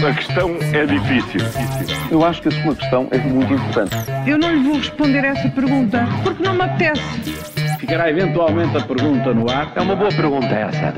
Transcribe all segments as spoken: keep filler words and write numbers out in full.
A questão é difícil. Eu acho que a sua questão é muito importante. Eu não lhe vou responder essa pergunta porque não me apetece. Ficará eventualmente a pergunta no ar. É uma boa pergunta essa.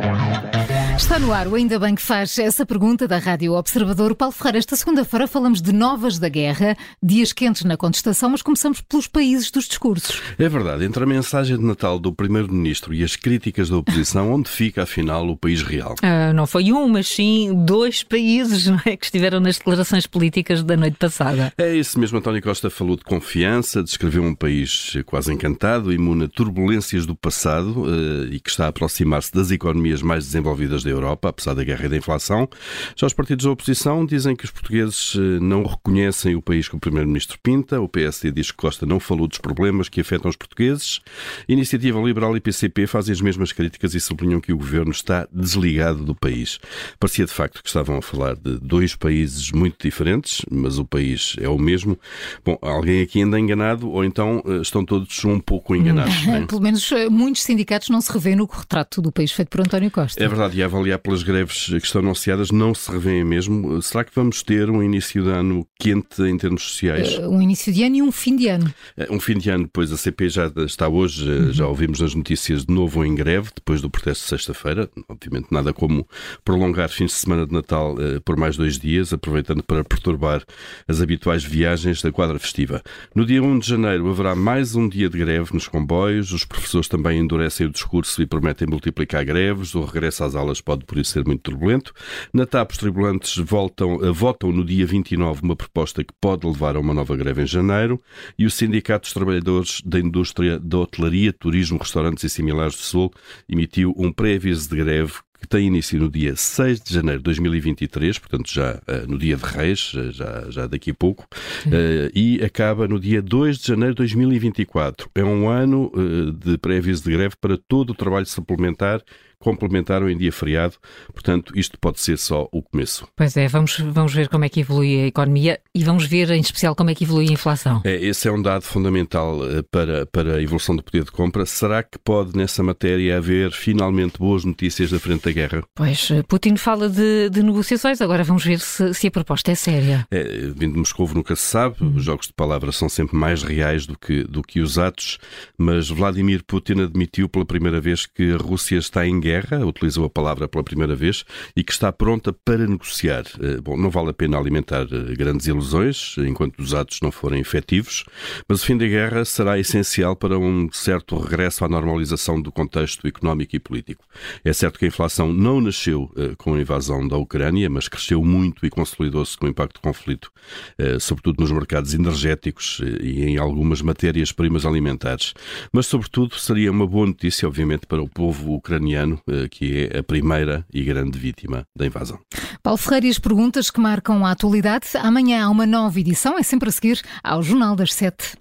Está no ar o Ainda Bem que faz essa pergunta da Rádio Observador. Paulo Ferreira, esta segunda-feira falamos de novas da guerra, dias quentes na contestação, mas começamos pelos países dos discursos. É verdade, entre a mensagem de Natal do Primeiro-Ministro e as críticas da oposição, onde fica afinal o país real? Ah, não foi um, mas sim dois países, não é, que estiveram nas declarações políticas da noite passada. É isso mesmo, António Costa falou de confiança, descreveu um país quase encantado, imune a turbulências do passado uh, e que está a aproximar-se das economias mais desenvolvidas da Europa, apesar da guerra e da inflação. Já os partidos da oposição dizem que os portugueses não reconhecem o país que o Primeiro-Ministro pinta. O P S D diz que Costa não falou dos problemas que afetam os portugueses. Iniciativa Liberal e P C P fazem as mesmas críticas e sublinham que o governo está desligado do país. Parecia de facto que estavam a falar de dois países muito diferentes, mas o país é o mesmo. Bom, alguém aqui anda enganado ou então estão todos um pouco enganados. Hum, Pelo menos muitos sindicatos não se revêem no retrato do país feito por António Costa. É verdade, e a avaliar pelas greves que estão anunciadas não se revêem mesmo. Será que vamos ter um início de ano quente em termos sociais? Uh, um início de ano e um fim de ano. Uh, um fim de ano, pois a C P já está hoje, uhum. já ouvimos nas notícias de novo em greve, depois do protesto de sexta-feira. Obviamente nada como prolongar fins de semana de Natal uh, por mais dois dias, aproveitando para perturbar as habituais viagens da quadra festiva. No dia primeiro de janeiro haverá mais um dia de greve nos comboios, os professores também endurecem o discurso e prometem multiplicar greves, o regresso às aulas pode por isso ser muito turbulento. Na TAP, os tripulantes voltam, uh, votam no dia vinte e nove uma proposta que pode levar a uma nova greve em janeiro e o Sindicato dos Trabalhadores da Indústria da Hotelaria, Turismo, Restaurantes e Similares do Sul emitiu um pré-aviso de greve que tem início no dia seis de janeiro de dois mil e vinte e três, portanto já uh, no dia de Reis, já, já daqui a pouco, uh, e acaba no dia dois de janeiro de dois mil e vinte e quatro. É um ano uh, de pré-aviso de greve para todo o trabalho suplementar, complementar ou em dia feriado, portanto isto pode ser só o começo. Pois é, vamos, vamos ver como é que evolui a economia e vamos ver em especial como é que evolui a inflação. É, esse é um dado fundamental para, para a evolução do poder de compra. Será que pode nessa matéria haver finalmente boas notícias da frente da guerra? Pois, Putin fala de, de negociações, agora vamos ver se, se a proposta é séria. É, vindo de Moscovo nunca se sabe, hum. os jogos de palavras são sempre mais reais do que, do que os atos, mas Vladimir Putin admitiu pela primeira vez que a Rússia está em guerra, utilizou a palavra pela primeira vez, e que está pronta para negociar. Bom, não vale a pena alimentar grandes ilusões enquanto os atos não forem efetivos, mas o fim da guerra será essencial para um certo regresso à normalização do contexto económico e político. É certo que a inflação não nasceu uh, com a invasão da Ucrânia, mas cresceu muito e consolidou-se com o impacto do conflito, uh, sobretudo nos mercados energéticos uh, e em algumas matérias-primas alimentares. Mas, sobretudo, seria uma boa notícia, obviamente, para o povo ucraniano, uh, que é a primeira e grande vítima da invasão. Paulo Ferreira e as perguntas que marcam a atualidade. Amanhã há uma nova edição, é sempre a seguir ao Jornal das Sete.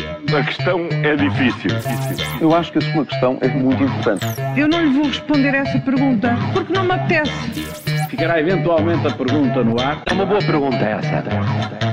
A questão é difícil. Eu acho que a sua questão é muito importante. Eu não lhe vou responder essa pergunta porque não me apetece. Ficará eventualmente a pergunta no ar. É uma boa pergunta essa.